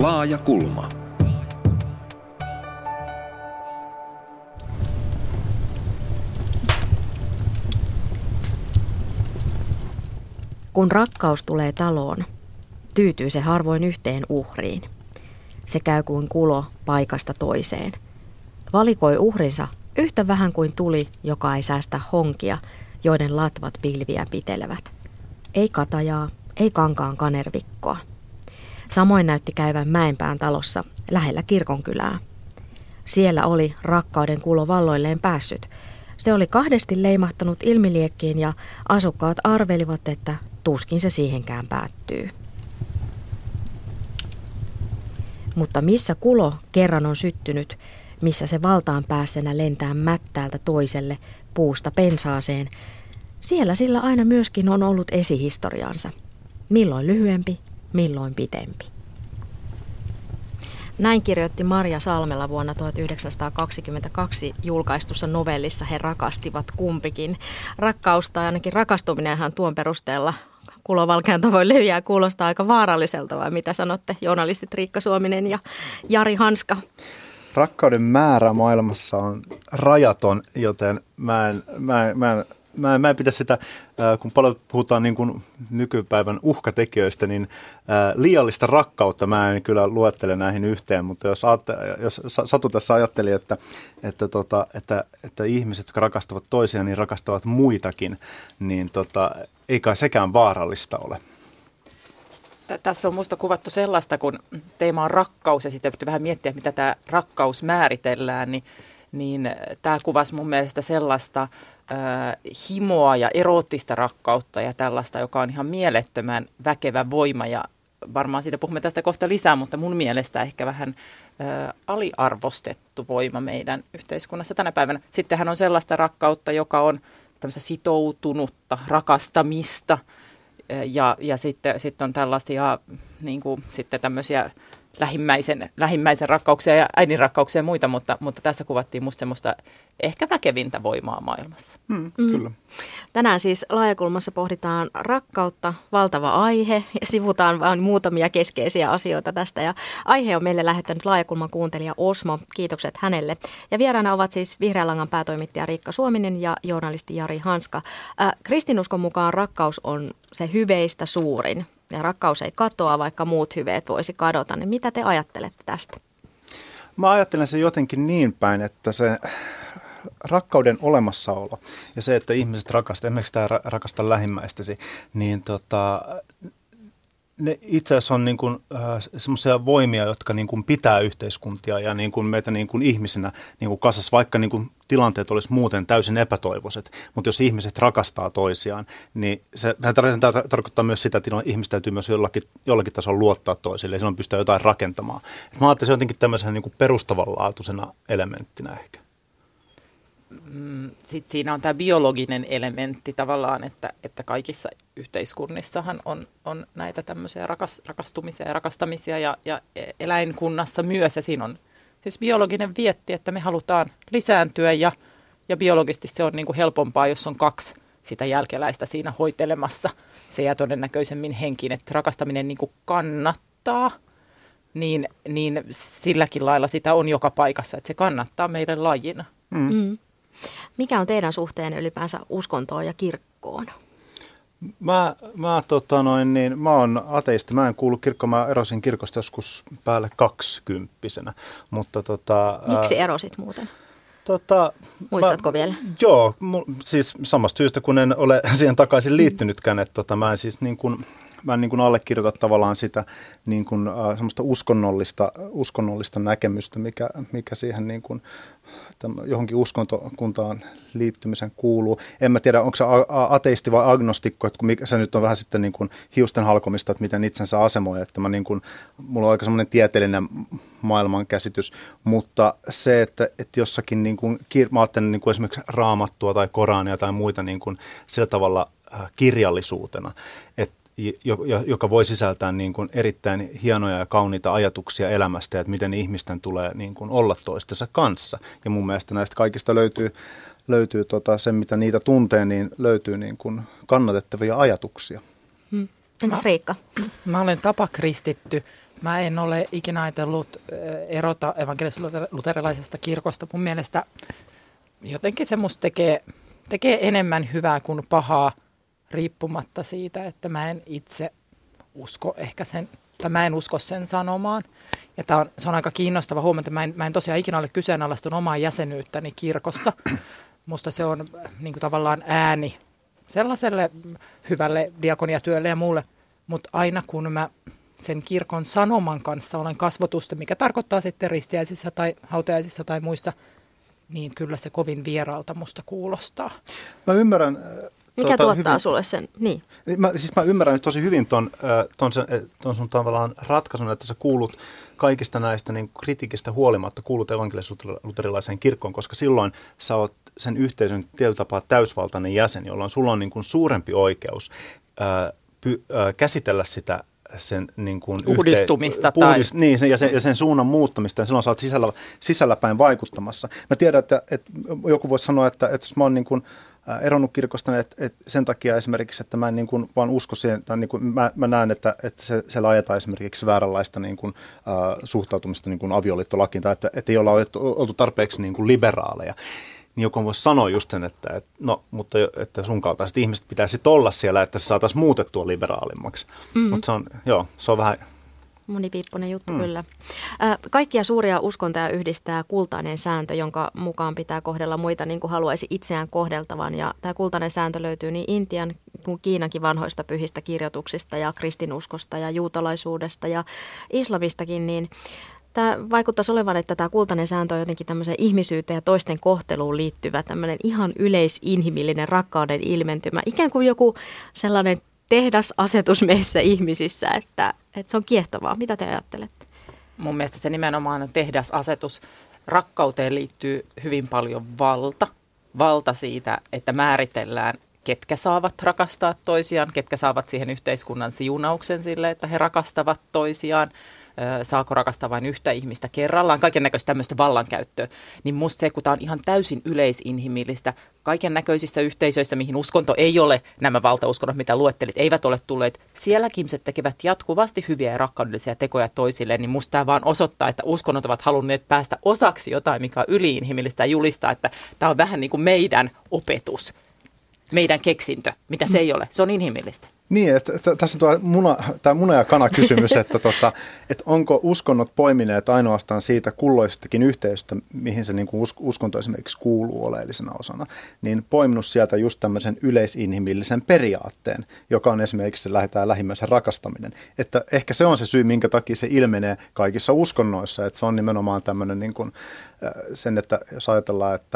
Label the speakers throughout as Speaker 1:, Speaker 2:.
Speaker 1: Laaja kulma.
Speaker 2: Kun rakkaus tulee taloon, tyytyy se harvoin yhteen uhriin. Se käy kuin kulo paikasta toiseen. Valikoi uhrinsa yhtä vähän kuin tuli, joka ei säästä honkia, joiden latvat pilviä pitelevät. Ei katajaa, ei kankaan kanervikkoa. Samoin näytti käyvän Mäenpään talossa lähellä kirkonkylää. Siellä oli rakkauden kulo valloilleen päässyt. Se oli kahdesti leimahtanut ilmiliekkiin ja asukkaat arvelivat, että tuskin se siihenkään päättyy. Mutta missä kulo kerran on syttynyt, missä se valtaan päässenä lentää mättäältä toiselle puusta pensaaseen, siellä sillä aina myöskin on ollut esihistoriansa. Milloin lyhyempi, milloin pitempi. Näin kirjoitti Marja Salmela vuonna 1922 julkaistussa novellissa He rakastivat kumpikin. Rakkaus tai ainakin rakastuminenhan tuon perusteella kulovalkean tavoin leviää kuulostaa aika vaaralliselta, vai mitä sanotte journalistit Riikka Suominen ja Jari Hanska?
Speaker 3: Rakkauden määrä maailmassa on rajaton, joten mä en pidä sitä, kun paljon puhutaan niin kuin nykypäivän uhkatekijöistä, niin liiallista rakkautta mä en kyllä luettele näihin yhteen, mutta jos Satu tässä ajatteli, että ihmiset, jotka rakastavat toisiaan, niin rakastavat muitakin, niin ei kai sekään vaarallista ole.
Speaker 4: Tässä on minusta kuvattu sellaista, kun teema on rakkaus ja sitten vähän miettiä, mitä tämä rakkaus määritellään, niin tämä kuvasi mun mielestä sellaista himoa ja eroottista rakkautta ja tällaista, joka on ihan mielettömän väkevä voima ja varmaan siitä puhumme tästä kohta lisää, mutta mun mielestä ehkä vähän aliarvostettu voima meidän yhteiskunnassa tänä päivänä. Sittenhän on sellaista rakkautta, joka on tämmöistä sitoutunutta rakastamista ja sitten on tällaisia niin kuin, sitten tämmöisiä lähimmäisen rakkauksia ja äidin rakkauksia ja muita, mutta tässä kuvattiin musta semmoista ehkä väkevintä voimaa maailmassa.
Speaker 3: Kyllä.
Speaker 2: Tänään siis Laajakulmassa pohditaan rakkautta, valtava aihe, ja sivutaan vain muutamia keskeisiä asioita tästä. Ja aihe on meille lähettänyt Laajakulman kuuntelija Osmo, kiitokset hänelle. Ja vieraana ovat siis Vihreän langan päätoimittaja Riikka Suominen ja journalisti Jari Hanska. Kristinuskon mukaan rakkaus on se hyveistä suurin. Ja rakkaus ei katoa, vaikka muut hyveet voisi kadota. Niin mitä te ajattelette tästä?
Speaker 3: Mä ajattelen sen jotenkin niin päin, että se rakkauden olemassaolo ja se, että ihmiset rakastavat, esimerkiksi tämä rakasta lähimmäistäsi, niin ne itse asiassa on niin kuin semmoisia voimia, jotka niin kuin pitää yhteiskuntia ja niin kuin meitä niin kuin ihmisinä niin kuin kasassa, vaikka niin kuin tilanteet olisi muuten täysin epätoivoiset. Mutta jos ihmiset rakastaa toisiaan, niin se tarkoittaa myös sitä, että ihmiset täytyy myös jollakin tasolla luottaa toisille ja silloin pystyy jotain rakentamaan. Et mä ajattelen se jotenkin tämmöisenä niin kuin perustavanlaatuisena elementtinä ehkä.
Speaker 4: Sitten siinä on tämä biologinen elementti tavallaan, että kaikissa yhteiskunnissahan on näitä tämmöisiä rakastumisia ja rakastamisia ja eläinkunnassa myös. Ja siinä on siis biologinen vietti, että me halutaan lisääntyä ja biologisesti se on niin kuin helpompaa, jos on kaksi sitä jälkeläistä siinä hoitelemassa. Se jää todennäköisemmin henkiin, että rakastaminen niin kuin kannattaa, niin silläkin lailla sitä on joka paikassa, että se kannattaa meidän lajina.
Speaker 2: Mikä on teidän suhteen ylipäänsä uskontoon ja kirkkoon?
Speaker 3: Mä oon ateisti. Mä en kuulu kirkkoon. Mä erosin kirkosta joskus päälle 20-vuotiaana. Mutta
Speaker 2: miksi erosit muuten? Muistatko vielä?
Speaker 3: Joo, siis samasta syystä, kun en ole siihen takaisin liittynytkään, että mä en siis mä en allekirjoita tavallaan sitä niin kuin, semmoista uskonnollista näkemystä, mikä siihen niin kuin, johonkin uskontokuntaan liittymisen kuuluu. En mä tiedä, onko se ateisti vai agnostikko, että se nyt on vähän sitten niin kuin hiusten halkomista, että miten itsensä asemoi, että mulla on aika semmoinen tieteellinen maailmankäsitys, mutta se, että jossakin niin kuin, mä ajattelen niin kuin esimerkiksi Raamattua tai Korania tai muita niin kuin sillä tavalla kirjallisuutena, joka voi sisältää niin kuin erittäin hienoja ja kauniita ajatuksia elämästä ja että miten ihmisten tulee niin kuin olla toistensa kanssa. Ja mun mielestä näistä kaikista löytyy se, mitä niitä tuntee, niin löytyy niin kuin kannatettavia ajatuksia.
Speaker 2: Entäs Riikka?
Speaker 4: Mä olen tapakristitty, Mä en ole ikinä ajatellut erota evankelis-luterilaisesta kirkosta. Mun mielestä jotenkin se musta tekee enemmän hyvää kuin pahaa riippumatta siitä, että mä en itse usko mä en usko sen sanomaan. Ja se on aika kiinnostava huomata, että mä en tosiaan ikinä ole kyseenalaistunut omaa jäsenyyttäni kirkossa. Musta se on niin kuin tavallaan ääni sellaiselle hyvälle diakoniatyölle ja muulle, mutta aina kun mä sen kirkon sanoman kanssa olen kasvotusta, mikä tarkoittaa sitten ristiäisissä tai hautajaisissa tai muissa, niin kyllä se kovin vieraalta musta kuulostaa.
Speaker 3: Mä ymmärrän.
Speaker 2: Mikä tuottaa
Speaker 3: hyvin,
Speaker 2: sulle sen? Niin.
Speaker 3: Mä ymmärrän nyt tosi hyvin ton sun tavallaan ratkaisun, että sä kuulut kaikista näistä niin kritiikistä huolimatta kuulut evankelis-luterilaiseen kirkkoon, koska silloin sä oot sen yhteisön tietyllä tapaa täysvaltainen jäsen, jolloin sulla on niin kuin suurempi oikeus käsitellä sitä sen niin kuin
Speaker 4: uudistumista
Speaker 3: niin, ja sen suunnan muuttamista, ja silloin sä oot sisälläpäin vaikuttamassa. Mä tiedän, että joku voisi sanoa, että jos mä oon niin kuin eronnut kirkosta, että sen takia esimerkiksi, että mä en niin kuin vaan usko siihen, tai niin kuin mä näen, että siellä ajetaan esimerkiksi vääränlaista niin kuin, suhtautumista niin kuin avioliittolakiin, tai että ei olla oltu tarpeeksi niin kuin liberaaleja. Niin joku voisi sanoa just sen, että mutta että sun kaltaiset ihmiset pitäisi olla siellä, että se saataisiin muutettua liberaalimmaksi. Mutta se on vähän
Speaker 2: monipiippunen juttu kyllä. Kaikkia suuria uskontoja yhdistää kultainen sääntö, jonka mukaan pitää kohdella muita niin kuin haluaisi itseään kohdeltavan. Ja tämä kultainen sääntö löytyy niin Intian kuin Kiinankin vanhoista pyhistä kirjoituksista ja kristinuskosta ja juutalaisuudesta ja islamistakin, niin tämä vaikuttaisi olevan, että tämä kultainen sääntö on jotenkin tämmöiseen ihmisyyteen ja toisten kohteluun liittyvä tämmöinen ihan yleisinhimillinen rakkauden ilmentymä. Ikään kuin joku sellainen tehdasasetus meissä ihmisissä, että se on kiehtovaa. Mitä te ajattelette?
Speaker 4: Mun mielestä se nimenomaan on tehdasasetus. Rakkauteen liittyy hyvin paljon valta siitä, että määritellään, ketkä saavat rakastaa toisiaan, ketkä saavat siihen yhteiskunnan siunauksen sille, että he rakastavat toisiaan. Saako rakastaa vain yhtä ihmistä kerrallaan, kaiken näköistä tämmöistä vallankäyttöä, niin musta se, kun tämä on ihan täysin yleisinhimillistä, kaiken näköisissä yhteisöissä, mihin uskonto ei ole, nämä valtauskonnot, mitä luettelit, eivät ole tulleet, sielläkin ihmiset tekevät jatkuvasti hyviä ja rakkaudellisia tekoja toisilleen, niin musta tämä vaan osoittaa, että uskonnot ovat halunneet päästä osaksi jotain, mikä on yliinhimillistä ja julistaa, että tämä on vähän niin kuin meidän opetus, meidän keksintö, mitä se ei ole, se on inhimillistä.
Speaker 3: Niin, että tässä on tämä muna- ja kana-kysymys, että onko uskonnot poimineet ainoastaan siitä kulloisestakin yhteisöstä, mihin se niin kuin uskonto esimerkiksi kuuluu oleellisena osana, niin poiminut sieltä just tämmöisen yleisinhimillisen periaatteen, joka on esimerkiksi se lähimmäisen rakastaminen. Että ehkä se on se syy, minkä takia se ilmenee kaikissa uskonnoissa, että se on nimenomaan tämmöinen niin kuin sen, että jos ajatellaan, että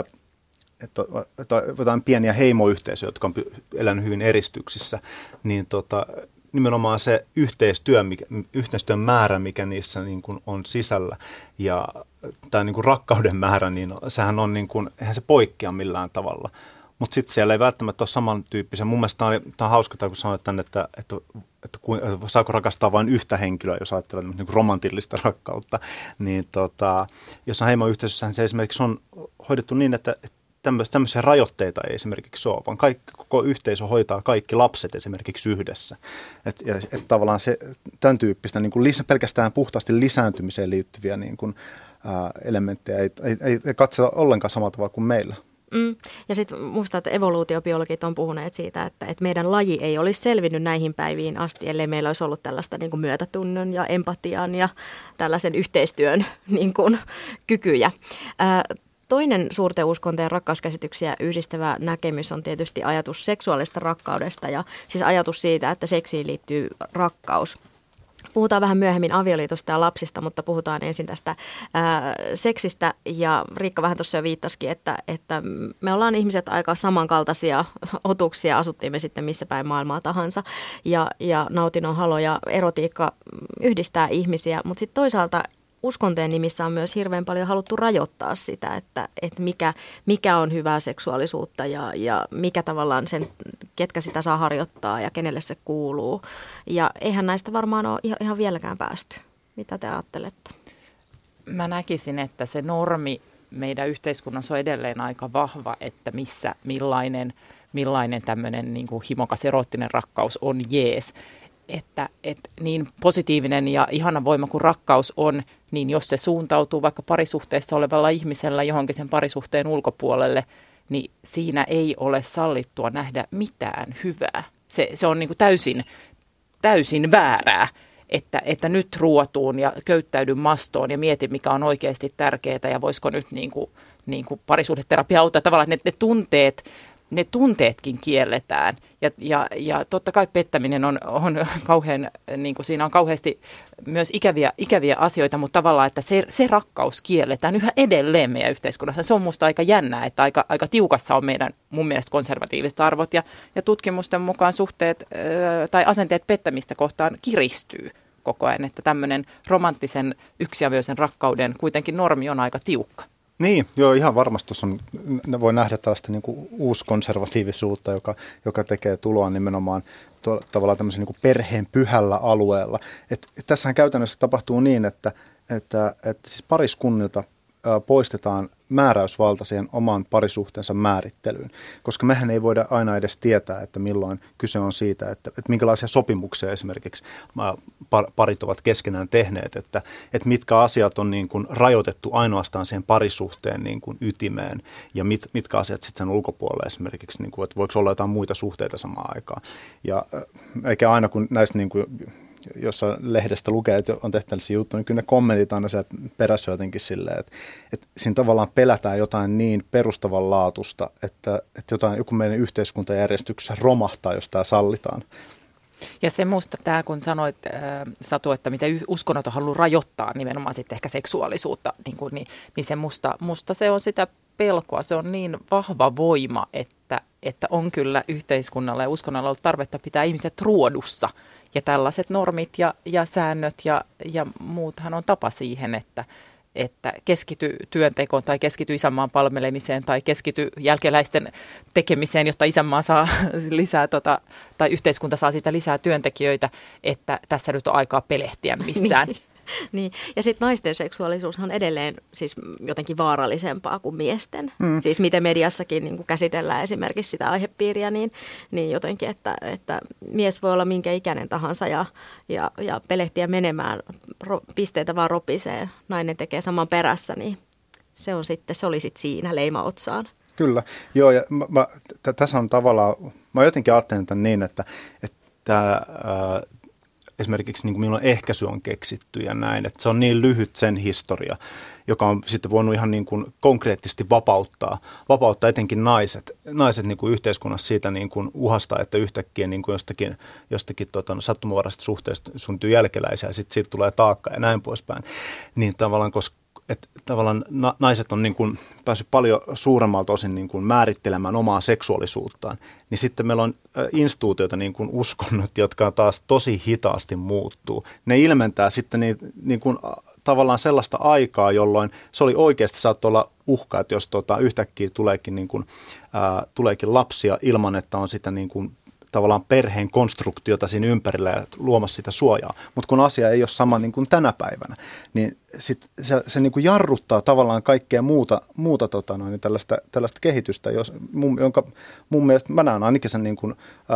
Speaker 3: jotain pieniä heimoyhteisöjä, jotka on elänyt hyvin eristyksissä, niin nimenomaan se yhteistyön määrä, mikä niissä niin kuin on sisällä, ja tämä niin kuin rakkauden määrä, niin sehän on niin kuin, eihän se poikkea millään tavalla. Mutta sitten siellä ei välttämättä ole samantyyppisiä. Mun mielestä tämä on hauska, kun sanoit tänne, että saako rakastaa vain yhtä henkilöä, jos ajattelee niin romantillista rakkautta. Niin jossain heimoyhteisössähän se esimerkiksi on hoidettu niin, että tämmöisiä rajoitteita ei esimerkiksi ole, vaan koko yhteisö hoitaa kaikki lapset esimerkiksi yhdessä. Et tavallaan tämän tyyppistä niin kuin pelkästään puhtaasti lisääntymiseen liittyviä niin kuin, elementtejä ei katsella ollenkaan samalla tavalla kuin meillä.
Speaker 2: Ja sitten musta, että evoluutiobiologit on puhuneet siitä, että meidän laji ei olisi selvinnyt näihin päiviin asti, ellei meillä olisi ollut tällaista niin kuin myötätunnon ja empatian ja tällaisen yhteistyön niin kuin, kykyjä. Toinen suurten uskontojen rakkauskäsityksiä yhdistävä näkemys on tietysti ajatus seksuaalista rakkaudesta ja siis ajatus siitä, että seksiin liittyy rakkaus. Puhutaan vähän myöhemmin avioliitosta ja lapsista, mutta puhutaan ensin tästä seksistä. Ja Riikka vähän tuossa jo viittasikin, että me ollaan ihmiset aika samankaltaisia otuksia, asuttiin me sitten missä päin maailmaa tahansa. Ja nautinnon halo ja erotiikka yhdistää ihmisiä, mutta sitten toisaalta uskontojen nimissä on myös hirveän paljon haluttu rajoittaa sitä, että mikä on hyvää seksuaalisuutta ja mikä tavallaan sen, ketkä sitä saa harjoittaa ja kenelle se kuuluu. Ja eihän näistä varmaan ole ihan vieläkään päästy. Mitä te ajattelette?
Speaker 4: Mä näkisin, että se normi meidän yhteiskunnassa on edelleen aika vahva, että millainen tämmöinen niin kuin himokas eroottinen rakkaus on jees. että niin positiivinen ja ihana voima kuin rakkaus on, niin jos se suuntautuu vaikka parisuhteessa olevalla ihmisellä johonkin sen parisuhteen ulkopuolelle, niin siinä ei ole sallittua nähdä mitään hyvää. Se on niin kuin täysin väärää, että nyt ruotuun ja köyttäydyn mastoon ja mietin, mikä on oikeasti tärkeää ja voisiko nyt niin kuin parisuhdeterapia auttaa tavallaan, että ne tunteetkin kielletään. Ja totta kai pettäminen on kauhean, niin kuin siinä on kauheasti myös ikäviä asioita, mutta tavallaan, että se rakkaus kielletään yhä edelleen meidän yhteiskunnassa. Se on musta aika jännää, että aika tiukassa on meidän mun mielestä konservatiiviset arvot ja tutkimusten mukaan suhteet tai asenteet pettämistä kohtaan kiristyy koko ajan, että tämmöinen romanttisen yksiavioisen rakkauden kuitenkin normi on aika tiukka.
Speaker 3: Niin, joo, ihan varmasti voi nähdä tällaista niin kuin uuskonservatiivisuutta, joka tekee tuloa nimenomaan tavallaan tämmöisen niin kuin perheen pyhällä alueella. Tässähän käytännössä tapahtuu niin, että siis pariskunnilta poistetaan määräysvalta siihen oman parisuhteensa määrittelyyn, koska mehän ei voida aina edes tietää, että milloin kyse on siitä, että minkälaisia sopimuksia esimerkiksi parit ovat keskenään tehneet, että mitkä asiat on niin kuin rajoitettu ainoastaan siihen parisuhteen niin kuin ytimeen ja mitkä asiat sitten sen ulkopuolella esimerkiksi, niin kuin, että voiko olla jotain muita suhteita samaan aikaan. Ja eikä aina kun näistä niin kuin jossa lehdestä lukee, että on tehty tällaisia juttuja, niin kyllä ne kommentit aina se perässä jotenkin silleen, että siinä tavallaan pelätään jotain niin perustavanlaatuista, että joku meidän yhteiskuntajärjestyksessä romahtaa, jos tämä sallitaan.
Speaker 4: Ja se musta tämä, kun sanoit Satu, että mitä uskonnot on halunnut rajoittaa nimenomaan sitten ehkä seksuaalisuutta, niin se musta se on sitä pelkoa, se on niin vahva voima, että on kyllä yhteiskunnalla ja uskonnolla ollut tarvetta pitää ihmiset ruodussa. Ja tällaiset normit ja säännöt ja muuthan on tapa siihen, että keskity työntekoon tai keskity isänmaan palvelemiseen tai keskity jälkeläisten tekemiseen, jotta isänmaa saa lisää tai yhteiskunta saa siitä lisää työntekijöitä, että tässä nyt on aikaa pelehtiä missään.
Speaker 2: Niin. Ja sitten naisten seksuaalisuushan on edelleen siis jotenkin vaarallisempaa kuin miesten. Siis miten mediassakin niin kuin käsitellään esimerkiksi sitä aihepiiriä, niin jotenkin, että mies voi olla minkä ikäinen tahansa ja pelehtiä menemään, pisteitä vaan ropisee, nainen tekee saman perässä, niin se oli sitten siinä leima otsaan.
Speaker 3: Kyllä, joo, ja tässä on tavallaan, mä jotenkin ajattelen tämän niin, että esimerkiksi niin kuin milloin ehkäisy on keksitty ja näin, että se on niin lyhyt sen historia, joka on sitten voinut ihan niin kuin konkreettisesti vapauttaa etenkin naiset niin kuin yhteiskunnassa siitä niin kuin uhasta, että yhtäkkiä niin kuin jostakin sattumanvaraisesta suhteesta syntyy jälkeläisiä ja sitten siitä tulee taakka ja näin poispäin. Niin tavallaan, että tavallaan naiset on niin kuin päässyt paljon suuremmalta osin niin kuin määrittelemään omaa seksuaalisuuttaan, niin sitten meillä on instituutioita niin kuin uskonnot, jotka taas tosi hitaasti muuttuu. Ne ilmentää sitten niin kuin tavallaan sellaista aikaa, jolloin se oli oikeasti saattoi olla uhka, että jos yhtäkkiä tuleekin lapsia ilman, että on sitä niin kuin tavallaan perheen konstruktiota siinä ympärillä ja luomassa sitä suojaa. Mutta kun asia ei ole sama niin kuin tänä päivänä, niin se niin kuin jarruttaa tavallaan kaikkea muuta tällaista kehitystä, jonka mun mielestä mä näen ainakin sen niin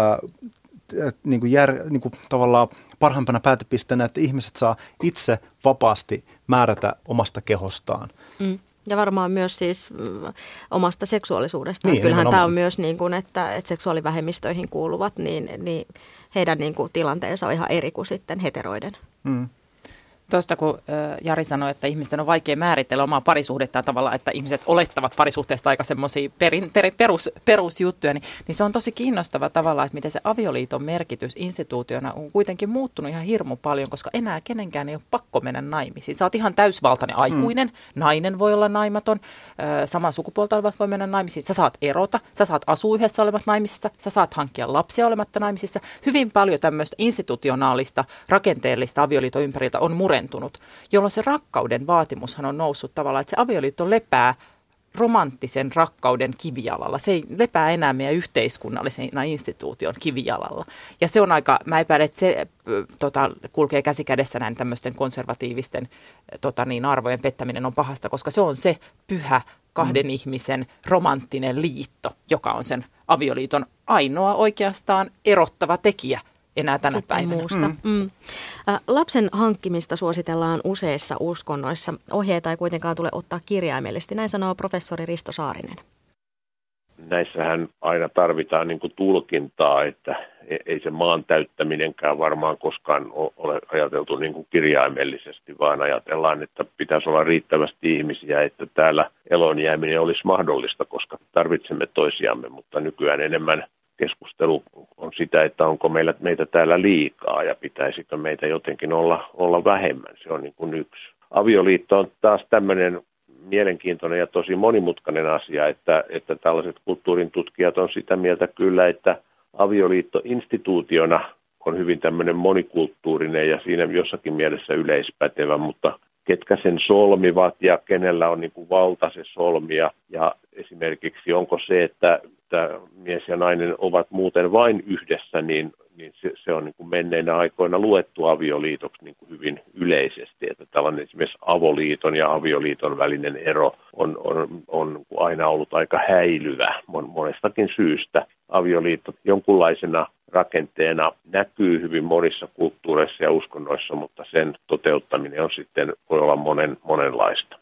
Speaker 3: kuin tavallaan parhaimpana päätepisteenä, että ihmiset saa itse vapaasti määrätä omasta kehostaan.
Speaker 2: Ja varmaan myös siis omasta seksuaalisuudesta.
Speaker 3: Niin,
Speaker 2: kyllähän tämä on myös niin kuin, että seksuaalivähemmistöihin kuuluvat, niin heidän niin kuin tilanteensa on ihan eri kuin sitten heteroiden.
Speaker 4: Tuosta kun Jari sanoi, että ihmisten on vaikea määritellä omaa parisuhdettaan tavallaan, että ihmiset olettavat parisuhteesta aika semmoisia perusjuttuja, niin se on tosi kiinnostava tavalla, että miten se avioliiton merkitys instituutiona on kuitenkin muuttunut ihan hirmu paljon, koska enää kenenkään ei ole pakko mennä naimisiin. Sä oot ihan täysvaltainen aikuinen, nainen voi olla naimaton, samaa sukupuolta olevat voi mennä naimisiin, sä saat erota, sä saat asua yhdessä olemat naimisissa, sä saat hankkia lapsia olematta naimisissa. Hyvin paljon tämmöistä institutionaalista, rakenteellista avioliiton ympäriltä on murentunut, jolloin se rakkauden vaatimushan on noussut tavallaan, että se avioliitto lepää romanttisen rakkauden kivijalalla. Se ei lepää enää meidän yhteiskunnallisena instituution kivijalalla. Ja se on aika, mä epäilen, että se kulkee käsi kädessä näin tämmöisten konservatiivisten arvojen pettäminen on pahasta, koska se on se pyhä kahden ihmisen romanttinen liitto, joka on sen avioliiton ainoa oikeastaan erottava tekijä enää tänä
Speaker 2: sitten
Speaker 4: päivänä.
Speaker 2: Muusta. Lapsen hankkimista suositellaan useissa uskonnoissa. Ohjeita ei kuitenkaan tule ottaa kirjaimellisesti, näin sanoo professori Risto Saarinen.
Speaker 1: Näissähän aina tarvitaan niin kuin tulkintaa, että ei se maan täyttäminenkään varmaan koskaan ole ajateltu niin kuin kirjaimellisesti, vaan ajatellaan, että pitäisi olla riittävästi ihmisiä, että täällä elon jääminen olisi mahdollista, koska tarvitsemme toisiamme, mutta nykyään enemmän keskustelu on sitä, että onko meitä täällä liikaa ja pitäisikö meitä jotenkin olla vähemmän. Se on niin kuin yksi. Avioliitto on taas tämmöinen mielenkiintoinen ja tosi monimutkainen asia, että tällaiset kulttuurin tutkijat on sitä mieltä kyllä, että avioliitto instituutiona on hyvin tämmöinen monikulttuurinen ja siinä jossakin mielessä yleispätevä, mutta ketkä sen solmivat ja kenellä on niin kuin valta se solmia ja esimerkiksi onko se, että mies ja nainen ovat muuten vain yhdessä, niin se on niin kuin menneinä aikoina luettu avioliitoksi niin kuin hyvin yleisesti, että tällainen esimerkiksi avoliiton ja avioliiton välinen ero on aina ollut aika häilyvä monestakin syystä. Avioliitto jonkunlaisena rakenteena näkyy hyvin monissa kulttuureissa ja uskonnoissa, mutta sen toteuttaminen on sitten voi olla monenlaista.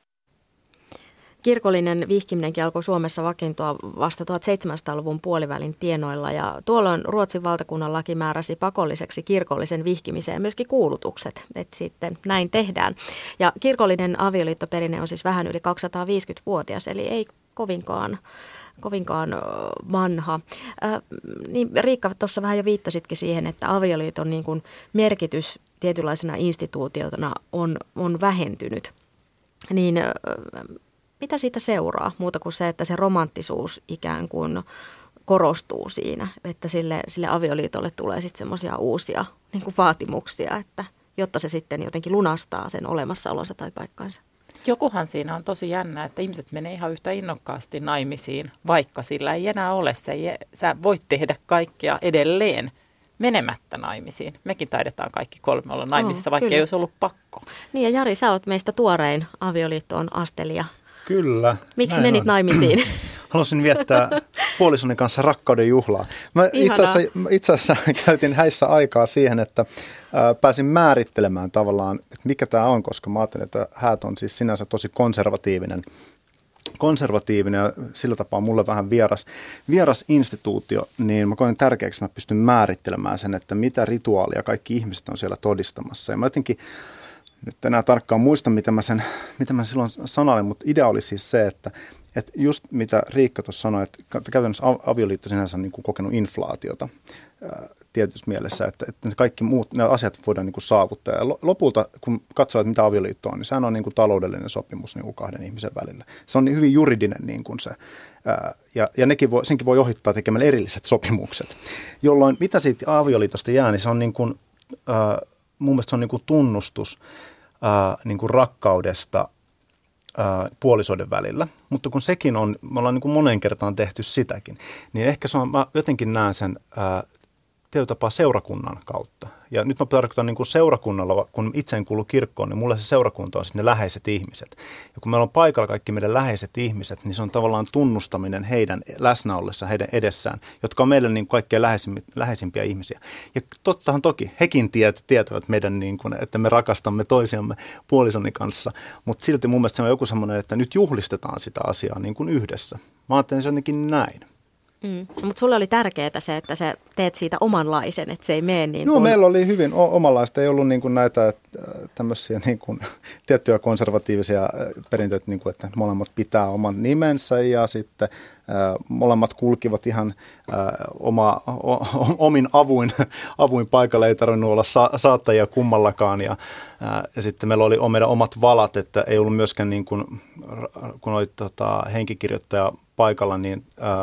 Speaker 2: Kirkollinen vihkiminenkin alkoi Suomessa vakiintua vasta 1700-luvun puolivälin tienoilla ja tuolloin Ruotsin valtakunnan laki määräsi pakolliseksi kirkollisen vihkimisen ja myöskin kuulutukset, että sitten näin tehdään. Ja kirkollinen avioliittoperinne on siis vähän yli 250-vuotias, eli ei kovinkaan vanha. Niin Riikka, tuossa vähän jo viittasitkin siihen, että avioliiton niin kuin merkitys tietynlaisena instituutiona on vähentynyt. Niin mitä siitä seuraa muuta kuin se, että se romanttisuus ikään kuin korostuu siinä, että sille avioliitolle tulee sitten semmoisia uusia niin kuin vaatimuksia, että jotta se sitten jotenkin lunastaa sen olemassaolonsa tai paikkansa?
Speaker 4: Jokuhan siinä on tosi jännä, että ihmiset menee ihan yhtä innokkaasti naimisiin, vaikka sillä ei enää ole. Sä voit tehdä kaikkea edelleen menemättä naimisiin. Mekin taidetaan kaikki kolme olla naimisissa, vaikka ei olisi ollut pakko.
Speaker 2: Niin ja Jari, sä oot meistä tuorein avioliittoon astelija.
Speaker 3: Kyllä.
Speaker 2: Miksi menit naimisiin?
Speaker 3: Halusin viettää puolisoni kanssa rakkauden juhlaa. Mä itse asiassa käytin häissä aikaa siihen, että pääsin määrittelemään tavallaan, että mikä tämä on, koska mä ajattelin, että häät on siis sinänsä tosi konservatiivinen ja sillä tapaa mulle vähän vieras instituutio, niin mä koen tärkeäksi, että mä pystyn määrittelemään sen, että mitä rituaalia kaikki ihmiset on siellä todistamassa. Ja mä jotenkin nyt enää tarkkaan muista, mitä mä silloin sanoin, mutta idea oli siis se, että just mitä Riikka tuossa sanoi, että käytännössä avioliitto sinänsä on niin kuin kokenut inflaatiota tietyssä mielessä, että kaikki muut ne asiat voidaan niin kuin saavuttaa. Ja lopulta, kun katsoo, että mitä avioliitto on, niin sehän on niin kuin taloudellinen sopimus niin kuin kahden ihmisen välillä. Se on niin hyvin juridinen niin kuin se, ja senkin voi ohittaa tekemällä erilliset sopimukset, jolloin mitä siitä avioliitosta jää, niin se on niin kuin, mun mielestä se on niin kuin tunnustus niin kuin rakkaudesta puolisoiden välillä, mutta kun sekin on, me ollaan niin kuin moneen kertaan tehty sitäkin, niin ehkä se on, mä jotenkin näen sen tietyllä tapaa seurakunnan kautta. Ja nyt mä tarkoitan niin kuin seurakunnalla, kun itse en kuulu kirkkoon, niin mulle se seurakunta on sitten ne läheiset ihmiset. Ja kun meillä on paikalla kaikki meidän läheiset ihmiset, niin se on tavallaan tunnustaminen heidän läsnäollessa, heidän edessään, jotka on meille niin kaikkein läheisimpiä ihmisiä. Ja tottahan toki, hekin tietävät meidän, niin kuin, että me rakastamme toisiamme puolisoni kanssa, mutta silti mun mielestä se on joku semmoinen, että nyt juhlistetaan sitä asiaa niin kuin yhdessä. Mä ajattelen se jotenkin näin.
Speaker 2: Mutta sulle oli tärkeää se, että sä teet siitä omanlaisen, että se ei mene niin kuin...
Speaker 3: No meillä oli hyvin omanlaista, ei ollut niin kuin näitä tämmöisiä niin kuin tiettyjä konservatiivisia perinteitä, niin kuin, että molemmat pitää oman nimensä ja sitten molemmat kulkivat ihan omin avuin paikalle, ei tarvinnut olla saattajia kummallakaan ja sitten meillä oli meidän omat valat, että ei ollut myöskään niin kuin, kun oli henkikirjoittaja paikalla, niin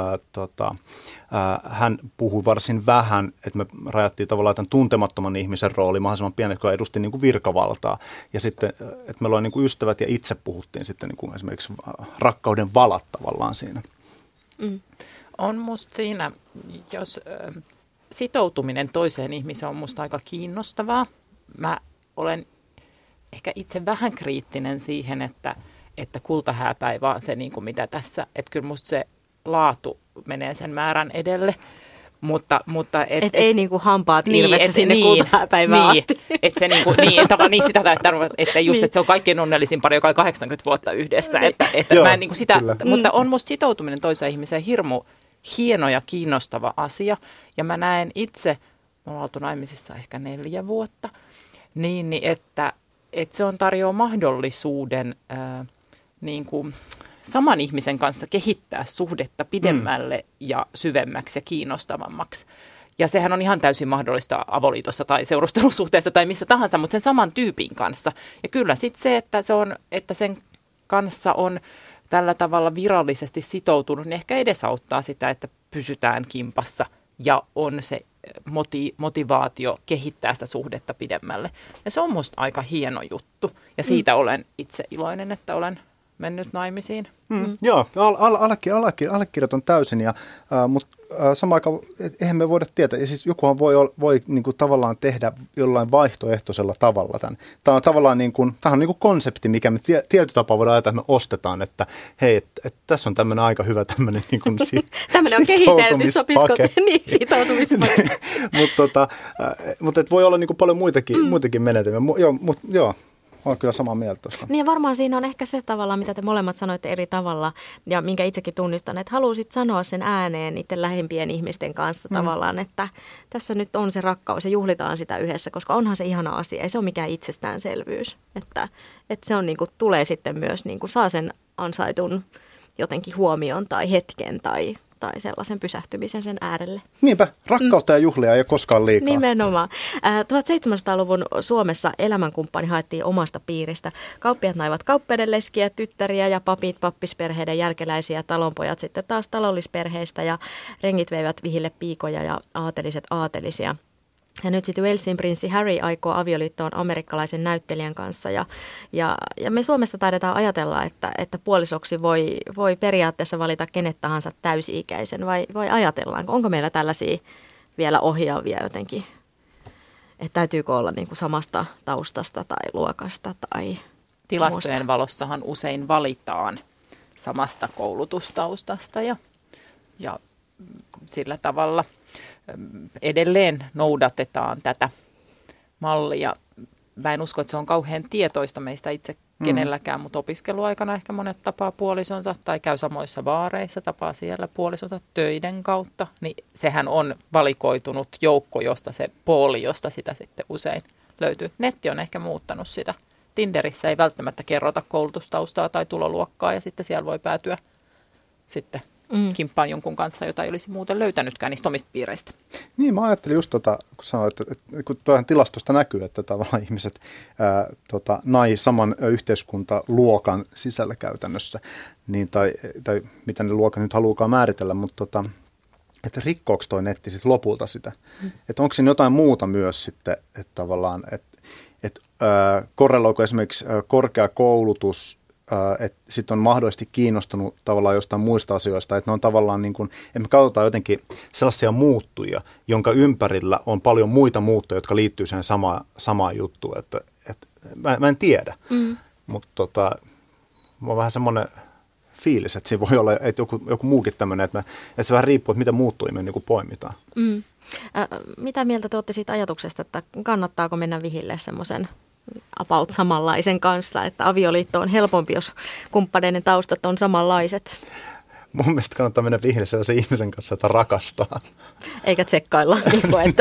Speaker 3: hän puhui varsin vähän, että me rajattiin tavallaan tämän tuntemattoman ihmisen rooli mahdollisimman pieni, joka edusti niin kuin virkavaltaa. Ja sitten, että meillä oli niin kuin ystävät ja itse puhuttiin sitten niin kuin esimerkiksi rakkauden valat tavallaan siinä.
Speaker 4: On musta siinä, jos sitoutuminen toiseen ihmiseen on musta aika kiinnostavaa. Mä olen ehkä itse vähän kriittinen siihen, että kultahääpäivä on se, niin kuin mitä tässä, että kyllä musta se laatu menee sen määrän edelle, Mutta
Speaker 2: ei niinku hampaat ilmessä sinne kultapäivään asti.
Speaker 4: Että se sitä että just, että se on kaikkein onnellisin pari, joka on 80 vuotta yhdessä. Että mä en niinku sitä, mutta on musta sitoutuminen toiseen ihmiseen hirmu hieno ja kiinnostava asia. Ja mä näen itse, me ollaan oltu naimisissa ehkä 4 vuotta, niin että se on tarjoaa mahdollisuuden niin kuin saman ihmisen kanssa kehittää suhdetta pidemmälle ja syvemmäksi ja kiinnostavammaksi. Ja sehän on ihan täysin mahdollista avoliitossa tai seurustelusuhteessa tai missä tahansa, mutta sen saman tyypin kanssa. Ja kyllä sitten se, että sen kanssa on tällä tavalla virallisesti sitoutunut, niin ehkä edesauttaa sitä, että pysytään kimpassa ja on se motivaatio kehittää sitä suhdetta pidemmälle. Ja se on musta aika hieno juttu. Ja siitä olen itse iloinen, että olen mennyt naimisiin.
Speaker 3: Joo, allekirjoitan täysin, mutta samaan aikaan eihän me voida tietää. Ja siis jokuhan voi niin kuin tavallaan tehdä jollain vaihtoehtoisella tavalla tämän. Tämä on tavallaan niin kuin, tämähän on niin kuin konsepti, mikä me tietyllä tapaa voidaan ajatella, että me ostetaan, että hei, että tässä on tämmöinen aika hyvä tämmöinen niin kuin
Speaker 2: tämmöinen on kehitelty, sopisiko sitoutumispaketti.
Speaker 3: Mutta voi olla niin kuin paljon muitakin menetelmiä. Joo. Olen kyllä samaa mieltä tuosta.
Speaker 2: Niin varmaan siinä on ehkä se tavalla, mitä te molemmat sanoitte eri tavalla ja minkä itsekin tunnistan, että haluaisit sanoa sen ääneen niiden lähimpien ihmisten kanssa tavallaan, että tässä nyt on se rakkaus ja juhlitaan sitä yhdessä, koska onhan se ihana asia, ei se ole mikään itsestäänselvyys, että se on niin kuin, tulee sitten myös niin kuin, saa sen ansaitun jotenkin huomion tai hetken tai sellaisen pysähtymisen sen äärelle.
Speaker 3: Niinpä, rakkautta ja juhlia ei ole koskaan liikaa.
Speaker 2: Nimenomaan. 1700-luvun Suomessa elämänkumppani haettiin omasta piiristä. Kauppiat naivat kauppiaiden leskiä, tyttäriä ja papit pappisperheiden jälkeläisiä, talonpojat sitten taas talollisperheistä ja rengit veivät vihille piikoja ja aateliset aatelisia. Ja nyt sitten Walesin prinssi Harry aikoo avioliittoon amerikkalaisen näyttelijän kanssa ja me Suomessa taidetaan ajatella, että puolisoksi voi periaatteessa valita kenet tahansa täysi-ikäisen vai ajatellaanko? Onko meillä tällaisia vielä ohjaavia jotenkin, että täytyykö olla niin kuin samasta taustasta tai luokasta tai
Speaker 4: tilastojen
Speaker 2: muusta?
Speaker 4: Valossahan usein valitaan samasta koulutustaustasta ja sillä tavalla edelleen noudatetaan tätä mallia. Mä en usko, että se on kauhean tietoista meistä itse kenelläkään, mutta opiskeluaikana ehkä monet tapaa puolisonsa tai käy samoissa baareissa, tapaa siellä puolisonsa töiden kautta. Niin sehän on valikoitunut joukko, josta se pooli, josta sitä sitten usein löytyy. Netti on ehkä muuttanut sitä. Tinderissä ei välttämättä kerrota koulutustaustaa tai tuloluokkaa ja sitten siellä voi päätyä sitten kimppaan jonkun kanssa, jota ei olisi muuten löytänytkään niistä omista piireistä.
Speaker 3: Niin, mä ajattelin just kun sanoit, että kun tuohan tilastosta näkyy, että tavallaan ihmiset saman yhteiskuntaluokan sisällä käytännössä, niin, tai mitä ne luokat nyt haluukaan määritellä, mutta että rikkooko toi netti sitten lopulta sitä? Että onko siinä jotain muuta myös sitten, että tavallaan, että korreloiko esimerkiksi korkea koulutus, että sitten on mahdollisesti kiinnostunut tavallaan jostain muista asioista, että ne on tavallaan niin kuin, että me katsotaan jotenkin sellaisia muuttujia, jonka ympärillä on paljon muita muuttuja, jotka liittyy siihen samaan juttuun, että mä en tiedä, mutta mulla on vähän semmoinen fiilis, että siinä voi olla että joku muukin tämmöinen, että se vähän riippuu, että mitä muuttujia me niin kuin poimitaan.
Speaker 2: Mitä mieltä te olette siitä ajatuksesta, että kannattaako mennä vihille semmoisen about samanlaisen kanssa, että avioliitto on helpompi, jos kumppaneiden taustat on samanlaiset?
Speaker 3: Mun mielestä kannattaa mennä vihille sellaisen ihmisen kanssa, jota rakastaa.
Speaker 2: Eikä tsekkailla. Että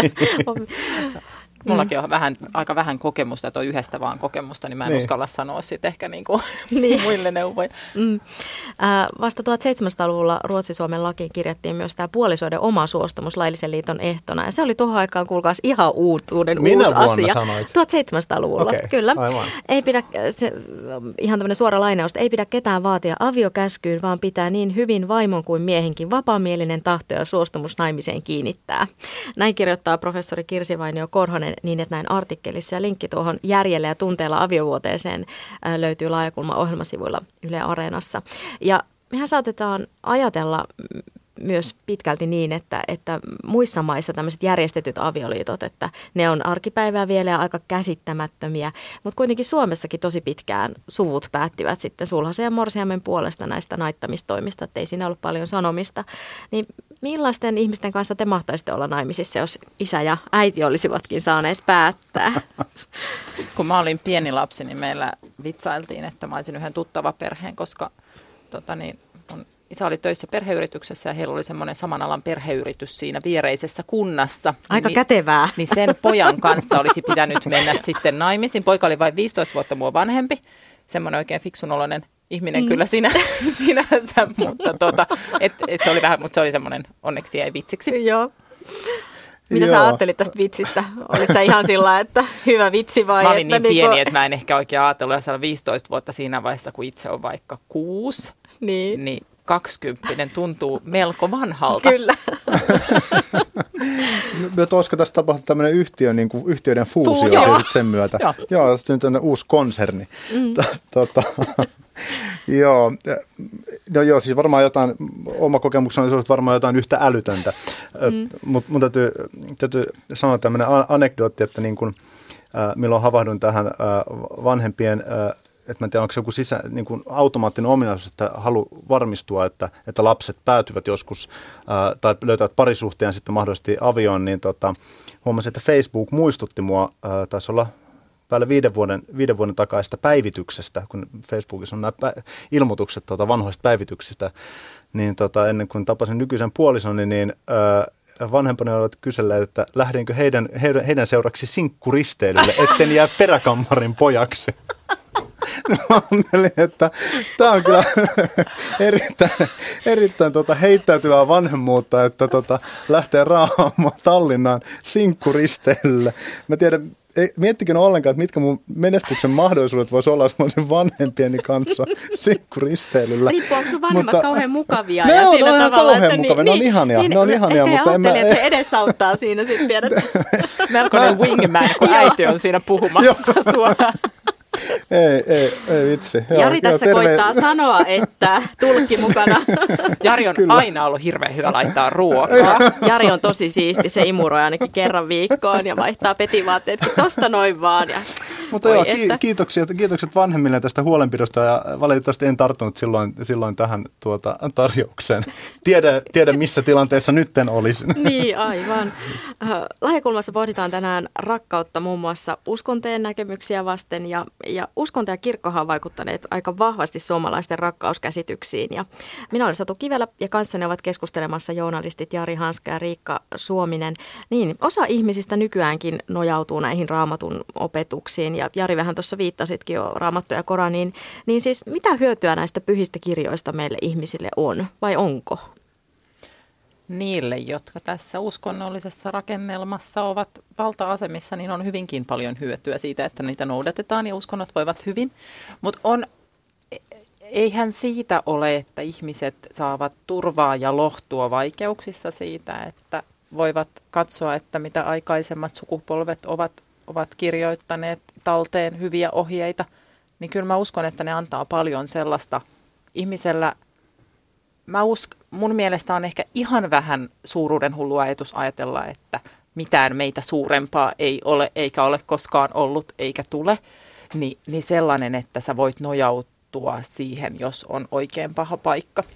Speaker 4: Mullakin on aika vähän kokemusta, että on yhdestä vaan kokemusta, niin mä en uskalla sanoa sitten ehkä niin kuin muille neuvoja.
Speaker 2: Vasta 1700-luvulla Ruotsi-Suomen lakiin kirjattiin myös tämä puolisoiden oma suostumus laillisen liiton ehtona. Ja se oli tuohon aikaan, kuulkaas, ihan uusi asia.
Speaker 3: Sanoit?
Speaker 2: 1700-luvulla,
Speaker 3: okay,
Speaker 2: kyllä.
Speaker 3: Aivan.
Speaker 2: Ei pidä, ihan tämmöinen suora lainaus, ei pidä ketään vaatia aviokäskyyn, vaan pitää niin hyvin vaimon kuin miehenkin vapaamielinen tahto ja suostumus naimiseen kiinnittää. Näin kirjoittaa professori Kirsi Vainio-Korhonen niin, että näin artikkelissa ja linkki tuohon Järjellä ja tunteella aviovuoteeseen löytyy Laajakulma ohjelmasivuilla Yle Areenassa. Ja mehän saatetaan ajatella myös pitkälti niin, että muissa maissa tämmöiset järjestetyt avioliitot, että ne on arkipäivää vielä ja aika käsittämättömiä, mutta kuitenkin Suomessakin tosi pitkään suvut päättivät sitten sulhasen ja morsiamen puolesta näistä naittamistoimista, että ei siinä ollut paljon sanomista. Niin millaisten ihmisten kanssa te mahtaisitte olla naimisissa, jos isä ja äiti olisivatkin saaneet päättää?
Speaker 4: Kun mä olin pieni lapsi, niin meillä vitsailtiin, että mä olisin yhden tuttavaperheen, koska mun isä oli töissä perheyrityksessä ja heillä oli semmoinen saman alan perheyritys siinä viereisessä kunnassa.
Speaker 2: Aika kätevää.
Speaker 4: Niin sen pojan kanssa olisi pitänyt mennä sitten naimisiin. Poika oli vain 15 vuotta mua vanhempi, semmoinen oikein fiksunoloinen ihminen kyllä sinänsä, mutta se oli vähän, mutta se oli semmoinen, onneksi jäi vitsiksi.
Speaker 2: Joo. Mitä sä ajattelit tästä vitsistä? Olit sä ihan sillä, että hyvä vitsi vai?
Speaker 4: Mä olin niin pieni, että mä en ehkä oikein ajatellut, jos 15 vuotta siinä vaiheessa, kun itse on vaikka 6, niin 20 tuntuu melko vanhalta.
Speaker 2: Kyllä.
Speaker 3: Olisiko tässä tapahtunut tämmöinen yhtiöiden fuusio sen myötä? Joo, se on tämmöinen uusi konserni. Joo, siis varmaan jotain, oma kokemukseni olisi ollut varmaan jotain yhtä älytöntä, mutta mun täytyy sanoa tämmöinen anekdootti, että niin kun, milloin havahduin tähän vanhempien, että mä en tiedä, onko se joku niin kuin automaattinen ominaisuus, että halu varmistua, että lapset päätyvät joskus tai löytävät parisuhteen sitten mahdollisesti avioon, niin huomasin, että Facebook muistutti mua, taisi olla päälle 5 vuoden takaista päivityksestä, kun Facebookissa on nämä ilmoitukset vanhoista päivityksistä, niin ennen kuin tapasin nykyisen puolisoni, niin vanhempani olivat kyselleet, että lähdenkö heidän seuraksi sinkkuristeilylle, etten jää peräkammarin pojaksi. Mä ajattelin, että tämä on kyllä erittäin heittäytyvää vanhemmuutta, että lähtee raahaamaan Tallinnaan sinkkuristeilylle. Mä tiedän, miettikö ollenkaan, että mitkä mun menestyksen mahdollisuudet voisi olla semmoisen vanhempieni kanssa sinkkuristeilyllä.
Speaker 2: Riippuu, onko sun vanhemmat kauhean mukavia?
Speaker 3: Ne on ihan kauhean mukavia, ne on ihania.
Speaker 2: Ne on ihania, mutta ajattelin, että he edesauttaa siinä sitten, tiedät.
Speaker 4: Melkoinen wingman, kun äiti on siinä puhumassa suoraan.
Speaker 3: Ei vitsi.
Speaker 2: Jari tässä koittaa sanoa, että tulkki mukana.
Speaker 4: Jari on aina ollut hirveän hyvä laittaa ruokaa.
Speaker 2: Jari on tosi siisti, se imuroi ainakin kerran viikkoon ja vaihtaa petivaatteetkin tosta noin vaan.
Speaker 3: Mutta joo, kiitokset vanhemmille tästä huolenpidosta ja valitettavasti en tarttunut silloin tähän tarjoukseen. Tiedä missä tilanteessa nytten olisin.
Speaker 2: Niin, aivan. Lahjakulmassa pohditaan tänään rakkautta muun muassa uskontojen näkemyksiä vasten ja uskonto ja kirkkohan on vaikuttaneet aika vahvasti suomalaisten rakkauskäsityksiin. Ja minä olen Satu Kivelä ja kanssani ovat keskustelemassa journalistit Jari Hanska ja Riikka Suominen. Niin, osa ihmisistä nykyäänkin nojautuu näihin Raamatun opetuksiin ja Jari vähän tuossa viittasitkin jo Raamattu ja Koraniin. Niin siis mitä hyötyä näistä pyhistä kirjoista meille ihmisille on vai onko?
Speaker 4: Niille, jotka tässä uskonnollisessa rakennelmassa ovat valta-asemissa, niin on hyvinkin paljon hyötyä siitä, että niitä noudatetaan ja uskonnot voivat hyvin. Mutta eihän siitä ole, että ihmiset saavat turvaa ja lohtua vaikeuksissa siitä, että voivat katsoa, että mitä aikaisemmat sukupolvet ovat kirjoittaneet talteen hyviä ohjeita. Niin kyllä mä uskon, että ne antaa paljon sellaista ihmisellä. Mun mielestä on ehkä ihan vähän suuruuden hullu ajatus ajatella, että mitään meitä suurempaa ei ole, eikä ole koskaan ollut, eikä tule. Niin sellainen, että sä voit nojautua siihen, jos on oikein paha paikka.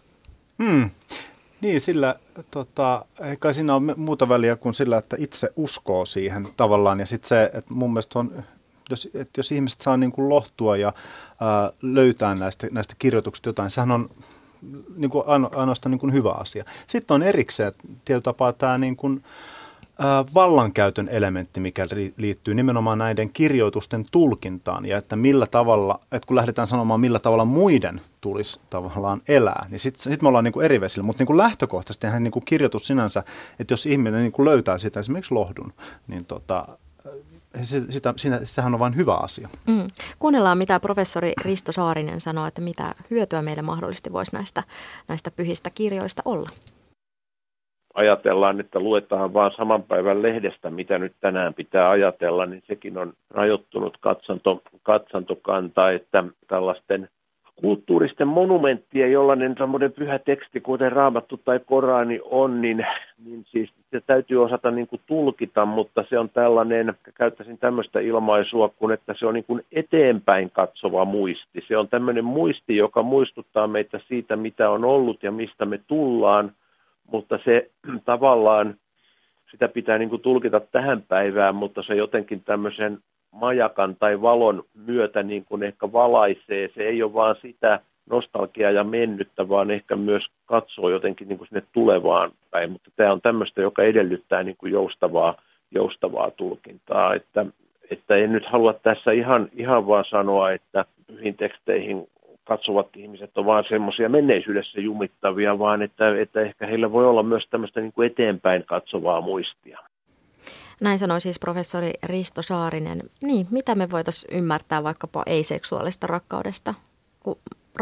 Speaker 3: Niin, sillä eikä siinä ole muuta väliä kuin sillä, että itse uskoo siihen tavallaan. Ja sitten se, että mun mielestä on, jos ihmiset saa niin kuin lohtua ja löytää näistä kirjoituksista jotain, sehän on niin kuin ainoastaan niin kuin hyvä asia. Sitten on erikseen tietyllä tapaa tämä niin kuin vallankäytön elementti, mikä liittyy nimenomaan näiden kirjoitusten tulkintaan ja että millä tavalla, että kun lähdetään sanomaan millä tavalla muiden tulisi tavallaan elää, niin sitten me ollaan niin kuin eri vesillä, mutta niin kuin lähtökohtaisesti niin kuin kirjoitus sinänsä, että jos ihminen niin kuin löytää sitä esimerkiksi lohdun, niin sehän on vain hyvä asia.
Speaker 2: Kuunnellaan, mitä professori Risto Saarinen sanoo, että mitä hyötyä meille mahdollisesti voisi näistä pyhistä kirjoista olla.
Speaker 1: Ajatellaan, että luetaan vaan saman päivän lehdestä, mitä nyt tänään pitää ajatella, niin sekin on rajoittunut katsantokanta, että tällaisten kulttuuristen monumenttien jollainen semmoinen pyhä teksti, kuten Raamattu tai Korani on, niin siis se täytyy osata niin kuin tulkita, mutta se on tällainen, käyttäisin tämmöistä ilmaisua, kuin että se on niin kuin eteenpäin katsova muisti. Se on tämmöinen muisti, joka muistuttaa meitä siitä, mitä on ollut ja mistä me tullaan, mutta se tavallaan, sitä pitää niin kuin tulkita tähän päivään, mutta se jotenkin tämmöisen majakan tai valon myötä niin kuin ehkä valaisee. Se ei ole vaan sitä nostalgiaa ja mennyttä, vaan ehkä myös katsoo jotenkin niin kuin sinne tulevaan päin. Mutta tämä on tämmöistä, joka edellyttää niin kuin joustavaa tulkintaa. Että en nyt halua tässä ihan vaan sanoa, että pyhiin teksteihin katsovat ihmiset on vaan semmoisia menneisyydessä jumittavia, vaan että ehkä heillä voi olla myös tämmöistä niin kuin eteenpäin katsovaa muistia.
Speaker 2: Näin sanoi siis professori Risto Saarinen. Niin, mitä me voitaisiin ymmärtää vaikkapa ei-seksuaalista rakkaudesta kuin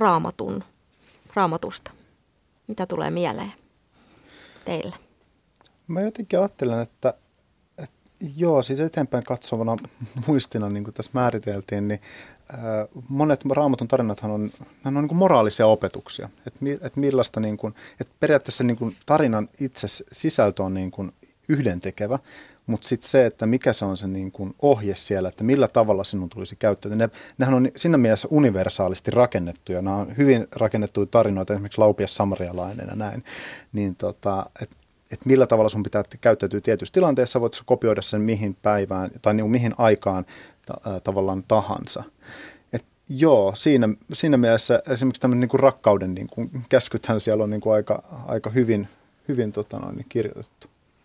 Speaker 2: raamatusta? Mitä tulee mieleen teille? Mä
Speaker 3: jotenkin ajattelen, että joo, siis eteenpäin katsovana muistina, niin kuin tässä määriteltiin, niin monet Raamatun tarinathan on niin kuin moraalisia opetuksia. Että millaista, niin kuin, että periaatteessa niin kuin tarinan itse sisältö on niin kuin yhdentekevä, mutta sitten se, että mikä se on se niin kuin ohje siellä, että millä tavalla sinun tulisi käyttäytyä. Nehän on siinä mielessä universaalisti rakennettuja. Nämä on hyvin rakennettuja tarinoita, esimerkiksi Laupias samarialainen ja näin. Niin että millä tavalla sun pitää käyttäytyä tietyissä tilanteissa, voit kopioida sen mihin päivään tai niin mihin aikaan tavallaan tahansa. Et joo, siinä mielessä esimerkiksi tämmöinen niin kuin rakkauden niin kuin käskythän siellä on niin kuin aika hyvin kirjoitettu.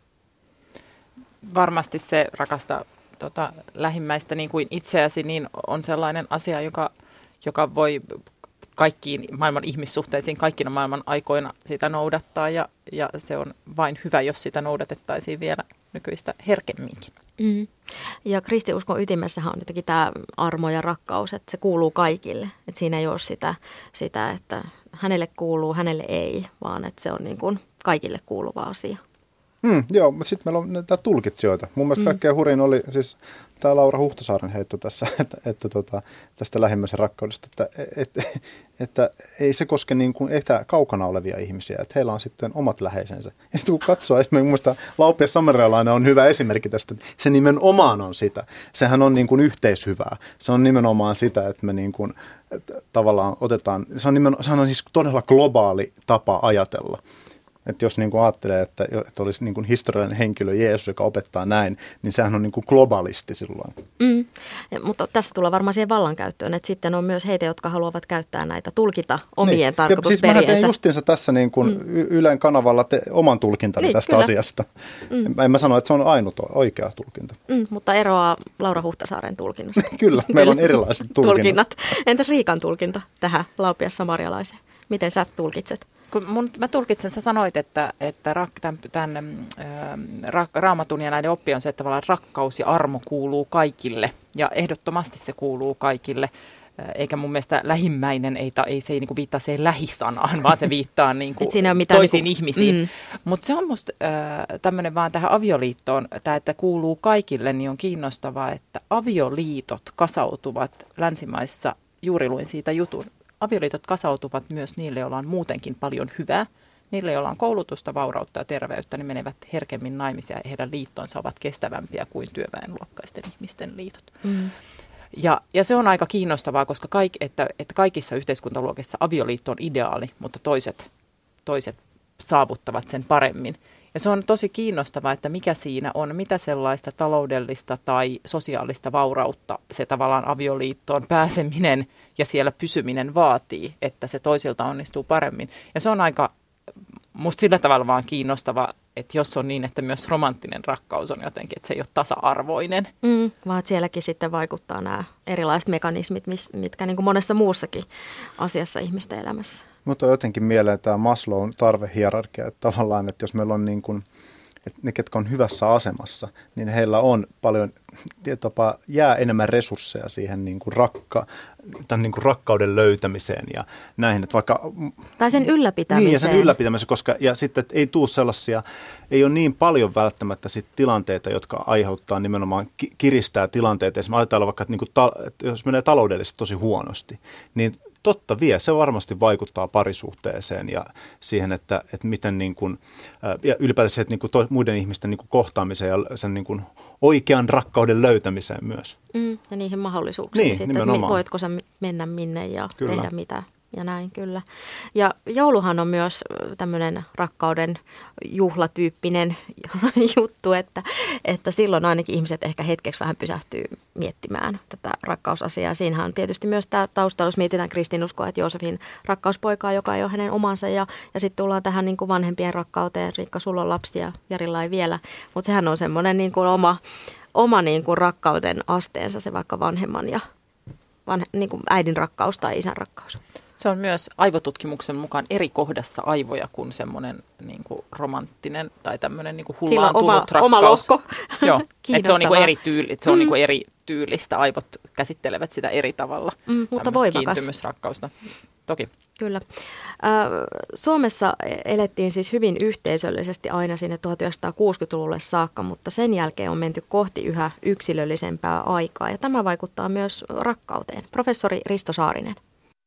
Speaker 4: Varmasti se rakasta lähimmäistä niin kuin itseäsi niin on sellainen asia, joka voi kaikkiin maailman ihmissuhteisiin, kaikkina maailman aikoina sitä noudattaa ja se on vain hyvä, jos sitä noudatettaisiin vielä nykyistä herkemminkin.
Speaker 2: Mm. Ja kristiuskon ytimessähän on jotenkin tämä armo ja rakkaus, että se kuuluu kaikille. Että siinä ei ole sitä, että hänelle kuuluu, hänelle ei, vaan että se on niin kuin kaikille kuuluva asia.
Speaker 3: Joo, mutta sitten meillä on näitä tulkitsijoita. Mun mielestä kaikkein hurjin oli siis tämä Laura Huhtasaaren heitto tässä, että tästä lähimmäisen rakkaudesta, että ei se koske niin kuin kaukana olevia ihmisiä, että heillä on sitten omat läheisensä. Ja sitten kun katsoo, esimerkiksi mun mielestä Laupias samarialainen on hyvä esimerkki tästä, että se nimenomaan on sitä. Sehän on niin kuin yhteishyvää. Se on nimenomaan sitä, että me niin kuin, tavallaan otetaan, sehän on siis todella globaali tapa ajatella. Että jos niin kuin ajattelee, että olisi niin kuin historiallinen henkilö Jeesus, joka opettaa näin, niin sehän on niin kuin globalisti silloin.
Speaker 2: Mutta tässä tulee varmaan siihen vallankäyttöön, että sitten on myös heitä, jotka haluavat käyttää näitä, tulkita omien tarkoitusperiensä.
Speaker 3: Siis mä tein justiinsa tässä niin kuin Ylen kanavalla oman tulkintani tästä kyllä. asiasta. En mä sano, että se on ainut oikea tulkinta.
Speaker 2: Mutta eroaa Laura Huhtasaaren tulkinnasta.
Speaker 3: Kyllä, meillä on erilaiset tulkinnat.
Speaker 2: Entäs Riikan tulkinta tähän Laupias samarialaiseen? Miten sä tulkitset?
Speaker 4: Mä tulkitsen, sä sanoit, että Raamatun ja näiden oppi on se, että tavallaan rakkaus ja armo kuuluu kaikille. Ja ehdottomasti se kuuluu kaikille. Eikä mun mielestä lähimmäinen, ei se niin kuin viittaa siihen lähisanaan, vaan se viittaa niin kuin toisiin niin kuin ihmisiin. Mutta se on musta tämmöinen vaan tähän avioliittoon, että kuuluu kaikille, niin on kiinnostavaa, että avioliitot kasautuvat länsimaissa, juuri luin siitä jutun, avioliitot kasautuvat myös niille, joilla on muutenkin paljon hyvää. Niille, joilla on koulutusta, vaurautta ja terveyttä, niin menevät herkemmin naimisia ja heidän liittonsa ovat kestävämpiä kuin työväenluokkaisten ihmisten liitot. Ja se on aika kiinnostavaa, koska että kaikissa yhteiskuntaluokissa avioliitto on ideaali, mutta toiset saavuttavat sen paremmin. Ja se on tosi kiinnostavaa, että mikä siinä on, mitä sellaista taloudellista tai sosiaalista vaurautta se tavallaan avioliittoon pääseminen ja siellä pysyminen vaatii, että se toisilta onnistuu paremmin. Ja se on aika musta sillä tavalla vaan kiinnostava, että jos on niin, että myös romanttinen rakkaus on jotenkin, että se ei ole tasa-arvoinen.
Speaker 2: Vaan sielläkin sitten vaikuttaa nämä erilaiset mekanismit, mitkä niin kuin monessa muussakin asiassa ihmisten elämässä.
Speaker 3: Mutta jotenkin mieleen tämä Maslown tarvehierarkia, että tavallaan, että jos meillä on niin kuin, että ne, ketkä on hyvässä asemassa, niin heillä on paljon, jää enemmän resursseja siihen niin kuin rakkauden löytämiseen ja näihin. Että vaikka,
Speaker 2: tai sen ylläpitämiseen.
Speaker 3: Niin, ja sen ylläpitämiseen, koska ja sitten että ei tule sellaisia, ei ole niin paljon välttämättä sit tilanteita, jotka aiheuttaa nimenomaan kiristää tilanteita. Esimerkiksi ajatellaan vaikka, että, niin kuin että jos menee taloudellisesti tosi huonosti, niin totta vie, se varmasti vaikuttaa parisuhteeseen ja siihen, että miten niin kuin, ja ylipäätään se, että niin kuin muiden ihmisten niin kuin kohtaamiseen ja sen niin kuin oikean rakkauden löytämiseen myös.
Speaker 2: Ja niihin mahdollisuuksiin
Speaker 3: niin,
Speaker 2: sitten, että voitko sä mennä minne ja
Speaker 3: kyllä.
Speaker 2: tehdä mitä. Ja näin kyllä. Ja jouluhan on myös tämmöinen rakkauden juhlatyyppinen juttu, että silloin ainakin ihmiset ehkä hetkeksi vähän pysähtyy miettimään tätä rakkausasiaa. Siinähän on tietysti myös tämä taustalla, jos mietitään kristinuskoa, että Joosefin rakkauspoikaa, joka ei ole hänen omansa. Ja sitten tullaan tähän niin kuin vanhempien rakkauteen. Riikka, sulla on lapsia, Jarilla ei vielä. Mutta sehän on semmoinen niin kuin oma niin kuin rakkauden asteensa, se vaikka vanhemman ja niin kuin äidin rakkaus tai isän rakkaus.
Speaker 4: Se on myös aivotutkimuksen mukaan eri kohdassa aivoja kuin semmoinen niin kuin romanttinen tai tämmöinen niin kuin hullaan tullut rakkaus.
Speaker 2: Oma lohko.
Speaker 4: Joo, että se on, niin kuin eri se on niin kuin eri tyylistä. Aivot käsittelevät sitä eri tavalla.
Speaker 2: Mutta voimakas.
Speaker 4: Kiintymysrakkausta. Toki.
Speaker 2: Kyllä. Suomessa elettiin siis hyvin yhteisöllisesti aina sinne 1960-luvulle saakka, mutta sen jälkeen on menty kohti yhä yksilöllisempää aikaa. Ja tämä vaikuttaa myös rakkauteen. Professori Risto Saarinen.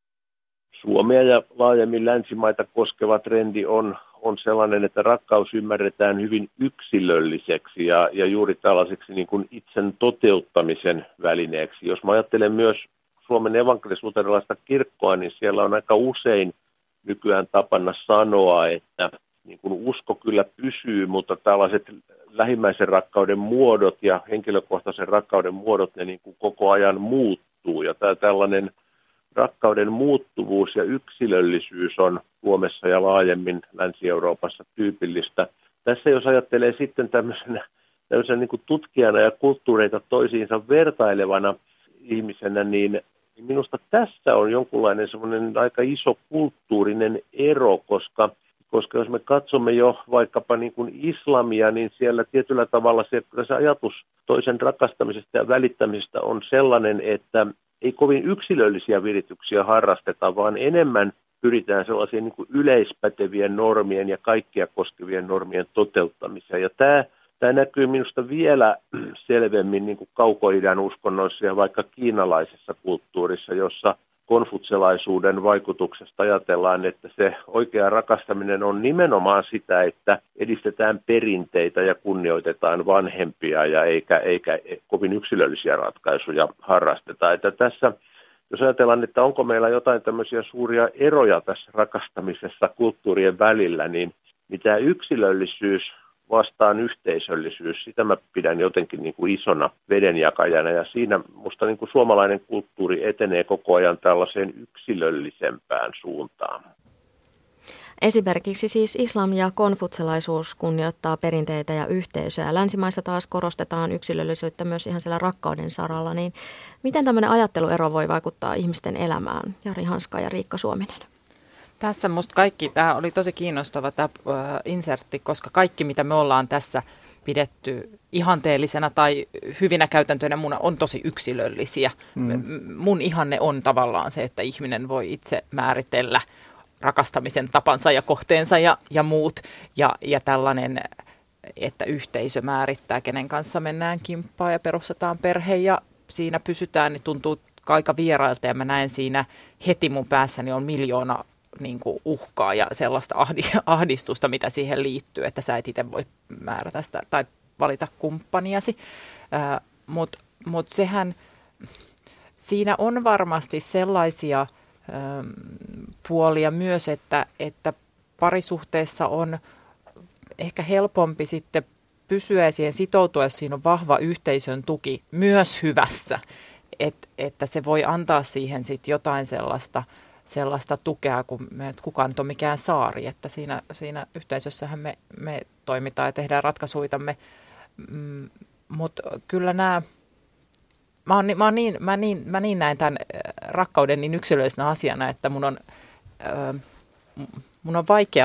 Speaker 1: Suomea ja laajemmin länsimaita koskeva trendi on sellainen, että rakkaus ymmärretään hyvin yksilölliseksi ja juuri tällaiseksi niin kuin itsen toteuttamisen välineeksi. Jos mä ajattelen myös Suomen evankelis-luterilaista kirkkoa, niin siellä on aika usein nykyään tapana sanoa, että niin kuin usko kyllä pysyy, mutta tällaiset lähimmäisen rakkauden muodot ja henkilökohtaisen rakkauden muodot, ne niin kuin koko ajan muuttuu. Ja tällainen rakkauden muuttuvuus ja yksilöllisyys on Suomessa ja laajemmin Länsi-Euroopassa tyypillistä. Tässä jos ajattelee sitten tämmöisenä niin kuin tutkijana ja kulttuureita toisiinsa vertailevana ihmisenä, niin minusta tässä on jonkunlainen semmoinen aika iso kulttuurinen ero, koska jos me katsomme jo vaikkapa niin kuin islamia, niin siellä tietyllä tavalla se ajatus toisen rakastamisesta ja välittämisestä on sellainen, että ei kovin yksilöllisiä virityksiä harrasteta, vaan enemmän pyritään sellaisiin niin kuin yleispätevien normien ja kaikkia koskevien normien toteuttamiseen. Ja tämä näkyy minusta vielä selvemmin niin kuin kaukoidän uskonnoissa ja vaikka kiinalaisessa kulttuurissa, jossa konfutselaisuuden vaikutuksesta ajatellaan, että se oikea rakastaminen on nimenomaan sitä, että edistetään perinteitä ja kunnioitetaan vanhempia ja eikä kovin yksilöllisiä ratkaisuja harrasteta. Että tässä, jos ajatellaan, että onko meillä jotain tämmöisiä suuria eroja tässä rakastamisessa kulttuurien välillä, niin mitä yksilöllisyys vastaan yhteisöllisyys, sitä mä pidän jotenkin niin kuin isona vedenjakajana ja siinä musta niin kuin suomalainen kulttuuri etenee koko ajan tällaiseen yksilöllisempään suuntaan.
Speaker 2: Esimerkiksi siis islam ja konfutselaisuus kunnioittaa perinteitä ja yhteisöä. Länsimaissa taas korostetaan yksilöllisyyttä myös ihan siellä rakkauden saralla. Niin miten tämmöinen ajatteluero voi vaikuttaa ihmisten elämään? Jari Hanska ja Riikka Suominen.
Speaker 4: Tässä musta tämä oli tosi kiinnostava tämä insertti, koska kaikki mitä me ollaan tässä pidetty ihanteellisena tai hyvinä käytäntöinä on tosi yksilöllisiä. Mun ihanne on tavallaan se, että ihminen voi itse määritellä rakastamisen tapansa ja kohteensa ja muut. Ja tällainen, että yhteisö määrittää, kenen kanssa mennään kimppaan ja perustetaan perhe ja siinä pysytään, niin tuntuu aika vierailta ja mä näen siinä heti mun päässäni on miljoona niin kuin uhkaa ja sellaista ahdistusta, mitä siihen liittyy, että sä et itse voi määrätä sitä tai valita kumppaniasi. Mutta sehän, siinä on varmasti sellaisia puolia myös, että parisuhteessa on ehkä helpompi sitten pysyä ja siihen sitoutua, jos siinä on vahva yhteisön tuki myös hyvässä, että se voi antaa siihen sitten jotain sellaista tukea, kun me et kukaan ole mikään saari, että siinä yhteisössähän me toimitaan ja tehdään ratkaisuitamme, mutta kyllä mä niin näen tämän rakkauden niin yksilöllisenä asiana, että mun on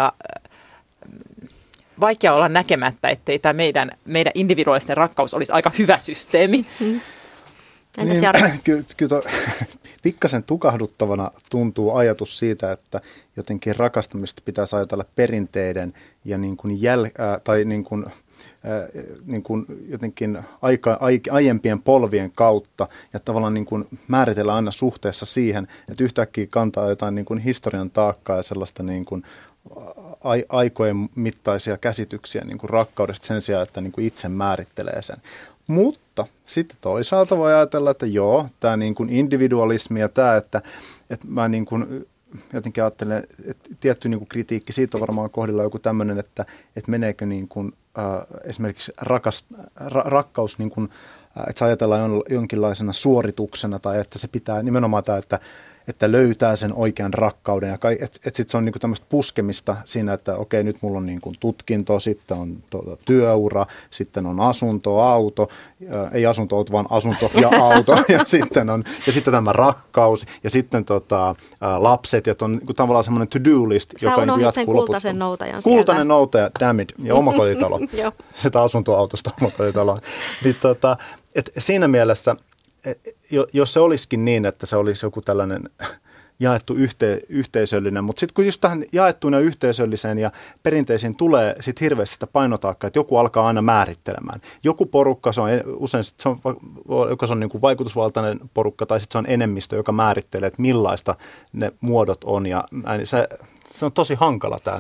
Speaker 4: vaikea olla näkemättä, ettei tämä meidän individuaalisten rakkaus olisi aika hyvä systeemi.
Speaker 2: Entäs Jari?
Speaker 3: Kyllä pikkasen tukahduttavana tuntuu ajatus siitä, että jotenkin rakastamista pitäisi ajatella perinteiden ja niin kuin jotenkin aiempien polvien kautta ja tavallaan niin kuin määritellä aina suhteessa siihen, että yhtäkkiä kantaa jotain niin kuin historian taakkaa ja sellaista niin kuin aikojen mittaisia käsityksiä niin kuin rakkaudesta sen sijaan, että niin kuin itse määrittelee sen. Mutta sitten toisaalta voi ajatella, että joo, tämä niin kuin individualismi ja tämä, että mä niin kuin jotenkin ajattelen, että tietty niin kuin kritiikki siitä on varmaan kohdilla joku tämmöinen, että meneekö niin kuin, esimerkiksi rakkaus, niin kuin, että se ajatellaan jonkinlaisena suorituksena tai että se pitää nimenomaan tämä, että löytää sen oikean rakkauden ja että sitten se on niinku tämmöistä puskemista siinä, että okei, nyt mulla on niinku tutkinto, sitten on työura, sitten on asunto, auto, ei asunto, vaan asunto ja auto ja sitten tämä rakkaus ja sitten lapset ja on niinku tavallaan semmoinen to-do list, joka niinku jatkuu loputtomaan.
Speaker 2: Kultaisen noutajan sieltä.
Speaker 3: Kultainen noutaja, damn it, ja omakotitalo. Sitä asuntoautosta omakotitaloon. Niin että siinä mielessä jos se olisikin niin, että se olisi joku tällainen jaettu yhteisöllinen, mutta sitten kun just tähän jaettuun ja yhteisölliseen ja perinteisiin tulee sitten hirveästi sitä painotaakkaa, että joku alkaa aina määrittelemään. Joku porukka, se on usein se on, joka on niin kuin vaikutusvaltainen porukka tai sitten se on enemmistö, joka määrittelee, että millaista ne muodot on ja näin, se on tosi hankala tämä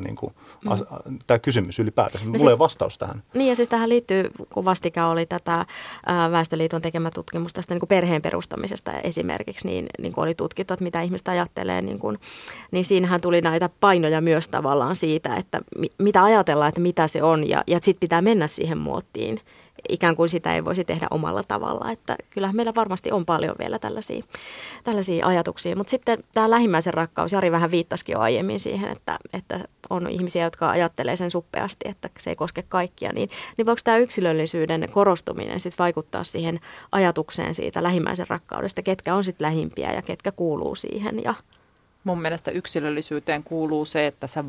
Speaker 3: tämä kysymys ylipäätään. Mulla ei ole vastaus tähän.
Speaker 2: Niin ja siis tähän liittyy, kun vastikään oli tätä Väestöliiton tekemä tutkimus tästä niin kuin perheen perustamisesta esimerkiksi, niin kuin oli tutkittu, että mitä ihmiset ajattelee, niin siinähän tuli näitä painoja myös tavallaan siitä, että mitä ajatellaan, että mitä se on ja sitten pitää mennä siihen muottiin. Ikään kuin sitä ei voisi tehdä omalla tavalla, että kyllähän meillä varmasti on paljon vielä tällaisia ajatuksia, mutta sitten tämä lähimmäisen rakkaus, Jari vähän viittasikin jo aiemmin siihen, että on ihmisiä, jotka ajattelee sen suppeasti, että se ei koske kaikkia, niin voiko tämä yksilöllisyyden korostuminen sitten vaikuttaa siihen ajatukseen siitä lähimmäisen rakkaudesta, ketkä on sitten lähimpiä ja ketkä kuuluu siihen? Ja
Speaker 4: mun mielestä yksilöllisyyteen kuuluu se, että sä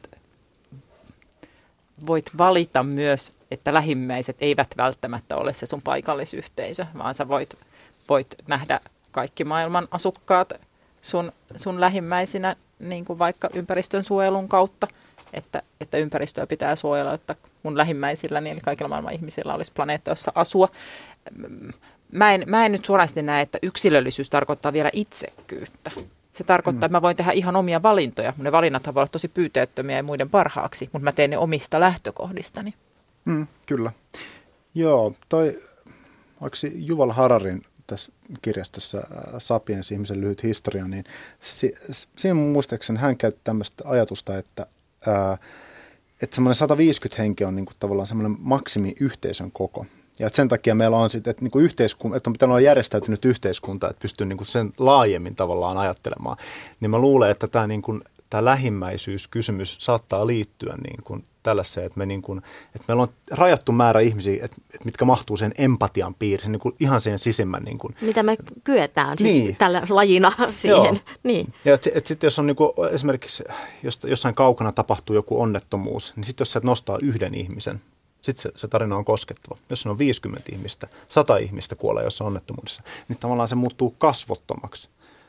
Speaker 4: voit valita myös, että lähimmäiset eivät välttämättä ole se sun paikallisyhteisö, vaan sä voit nähdä kaikki maailman asukkaat sun lähimmäisinä, niin kuin vaikka ympäristön suojelun kautta, että ympäristöä pitää suojella, että mun lähimmäisillä, eli kaikilla maailman ihmisillä olisi planeetta, jossa asua. Mä en nyt suorasti näe, että yksilöllisyys tarkoittaa vielä itsekkyyttä. Se tarkoittaa, että mä voin tehdä ihan omia valintoja. Ne valinnat voi olla tosi pyyteettömiä ja muiden parhaaksi, mutta mä teen ne omista lähtökohdistani.
Speaker 3: Kyllä. Joo, vaikka Yuval Hararin tässä kirjassa tässä Sapiens, ihmisen lyhyt historia, niin siinä muistaakseni hän käytti tämmöistä ajatusta, että semmoinen 150 henkeä on niin kuin tavallaan semmoinen maksimiyhteisön koko. Ja sen takia meillä on sitten, että että on pitänyt olla järjestäytynyt yhteiskunta, että pystyy niin kuin sen laajemmin tavallaan ajattelemaan. Niin mä luulen, että tämä lähimmäisyyskysymys saattaa liittyä niin kuin tällaiseen, että että meillä on rajattu määrä ihmisiä, että mitkä mahtuu sen empatian piiriin, niin kuin ihan siihen sisimmän. Niin kuin.
Speaker 2: Mitä me kyetään siis tällä lajina siihen. Niin.
Speaker 3: Ja sitten jos on niin kuin, esimerkiksi jossain kaukana tapahtuu joku onnettomuus, niin sitten jos sä nostaa yhden ihmisen, sitten se tarina on koskettava. Jos on 50 ihmistä, 100 ihmistä kuolee jossain onnettomuudessa, niin tavallaan se muuttuu kasvottomaksi.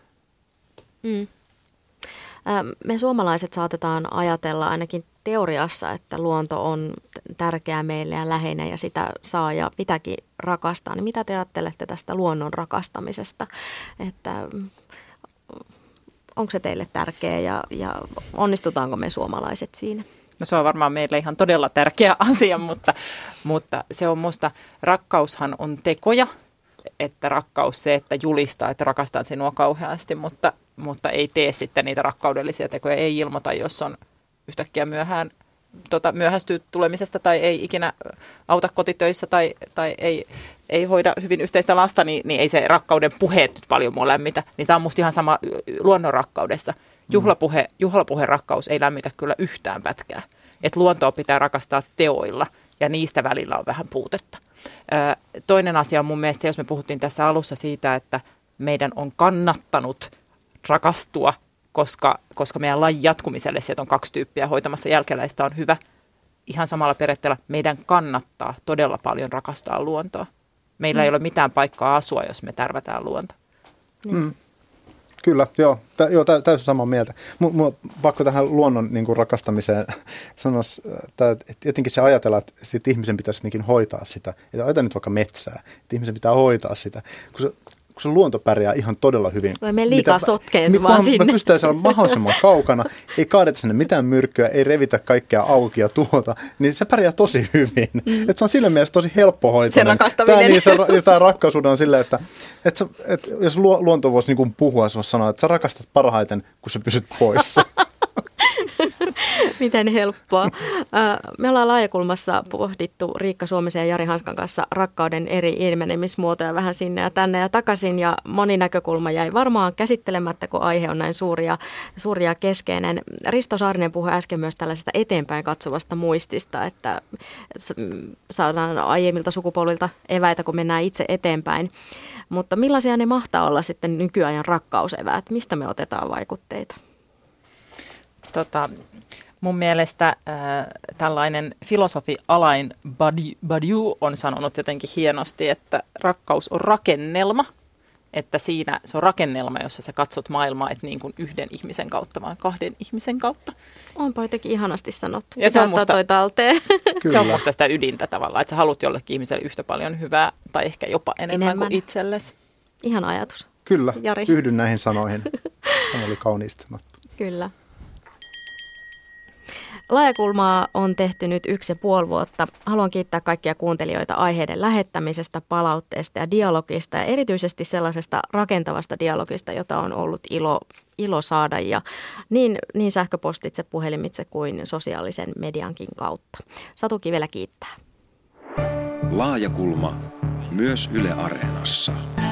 Speaker 2: Me suomalaiset saatetaan ajatella ainakin teoriassa, että luonto on tärkeää meille ja läheinen ja sitä saa ja pitääkin rakastaa. Niin mitä te ajattelette tästä luonnon rakastamisesta? Että onko se teille tärkeä ja onnistutaanko me suomalaiset siinä?
Speaker 4: No se on varmaan meille ihan todella tärkeä asia, mutta se on musta, rakkaushan on tekoja, että rakkaus se, että julistaa, että rakastan sinua kauheasti, mutta ei tee sitten niitä rakkaudellisia tekoja, ei ilmoita, jos on yhtäkkiä myöhästyy tulemisesta tai ei ikinä auta kotitöissä tai ei hoida hyvin yhteistä lasta, niin ei se rakkauden puheet nyt paljon mua lämmitä. Niin tämä on musta ihan sama luonnonrakkaudessa. Juhlapuhe rakkaus ei lämmitä kyllä yhtään pätkää. Että luontoa pitää rakastaa teoilla ja niistä välillä on vähän puutetta. Toinen asia on mun mielestä, jos me puhuttiin tässä alussa siitä, että meidän on kannattanut rakastua, koska meidän lajin jatkumiselle sieltä on 2 tyyppiä hoitamassa jälkeläistä on hyvä. Ihan samalla periaatteella meidän kannattaa todella paljon rakastaa luontoa. Meillä ei ole mitään paikkaa asua, jos me tärvätään luonto.
Speaker 3: Kyllä, joo, täysin samaa mieltä. Mua pakko tähän luonnon niin kuin rakastamiseen sanoa, että jotenkin se ajatellaan, että ihmisen pitäisi jotenkin hoitaa sitä. Että ajatellaan nyt vaikka metsää, että ihmisen pitää hoitaa sitä, kun se luonto pärjää ihan todella hyvin.
Speaker 2: Voi me liikaa sotkeentumaan sinne.
Speaker 3: Me pystytään olla mahdollisimman kaukana, ei kaadeta sinne mitään myrkkyä, ei revitä kaikkea auki ja tuota, niin se pärjää tosi hyvin. Että se on sillä mielessä tosi helppo hoitaa.
Speaker 2: Se rakastaminen.
Speaker 3: Tämä rakkaus on silleen, että jos luonto voisi niin kuin puhua, se voisi sanoa, että sä rakastat parhaiten, kun sä pysyt poissa.
Speaker 2: Miten helppoa. Me ollaan Laajakulmassa pohdittu Riikka Suomisen ja Jari Hanskan kanssa rakkauden eri ilmenemismuotoja vähän sinne ja tänne ja takaisin. Ja moni näkökulma jäi varmaan käsittelemättä, kun aihe on näin suuri ja keskeinen. Risto Saarinen puhui äsken myös tällaisesta eteenpäin katsovasta muistista, että saadaan aiemmilta sukupolvilta eväitä, kun mennään itse eteenpäin. Mutta millaisia ne mahtaa olla sitten nykyajan rakkauseväät? Mistä me otetaan vaikutteita?
Speaker 4: Mun mielestä tällainen filosofi Alain Badiou on sanonut jotenkin hienosti, että rakkaus on rakennelma, että siinä se on rakennelma, jossa sä katsot maailmaa, et niin kuin yhden ihmisen kautta, vaan kahden ihmisen kautta.
Speaker 2: Onpa jotenkin ihanasti sanottu.
Speaker 4: Ja se on musta,
Speaker 2: toi talteen.
Speaker 4: Se on musta sitä ydintä tavallaan, että sä haluat jollekin ihmiselle yhtä paljon hyvää tai ehkä jopa enemmän. Kuin itsellesi.
Speaker 2: Ihana ajatus.
Speaker 3: Kyllä,
Speaker 2: Jari.
Speaker 3: Yhdyn näihin sanoihin. Tämä oli kauniisti sanottu.
Speaker 2: Kyllä. Laajakulmaa on tehty nyt 1,5 vuotta. Haluan kiittää kaikkia kuuntelijoita aiheiden lähettämisestä, palautteesta ja dialogista ja erityisesti sellaisesta rakentavasta dialogista, jota on ollut ilo saada ja niin sähköpostitse, puhelimitse kuin sosiaalisen mediankin kautta. Satu Kivelä kiittää.
Speaker 5: Laajakulma myös Yle Areenassa.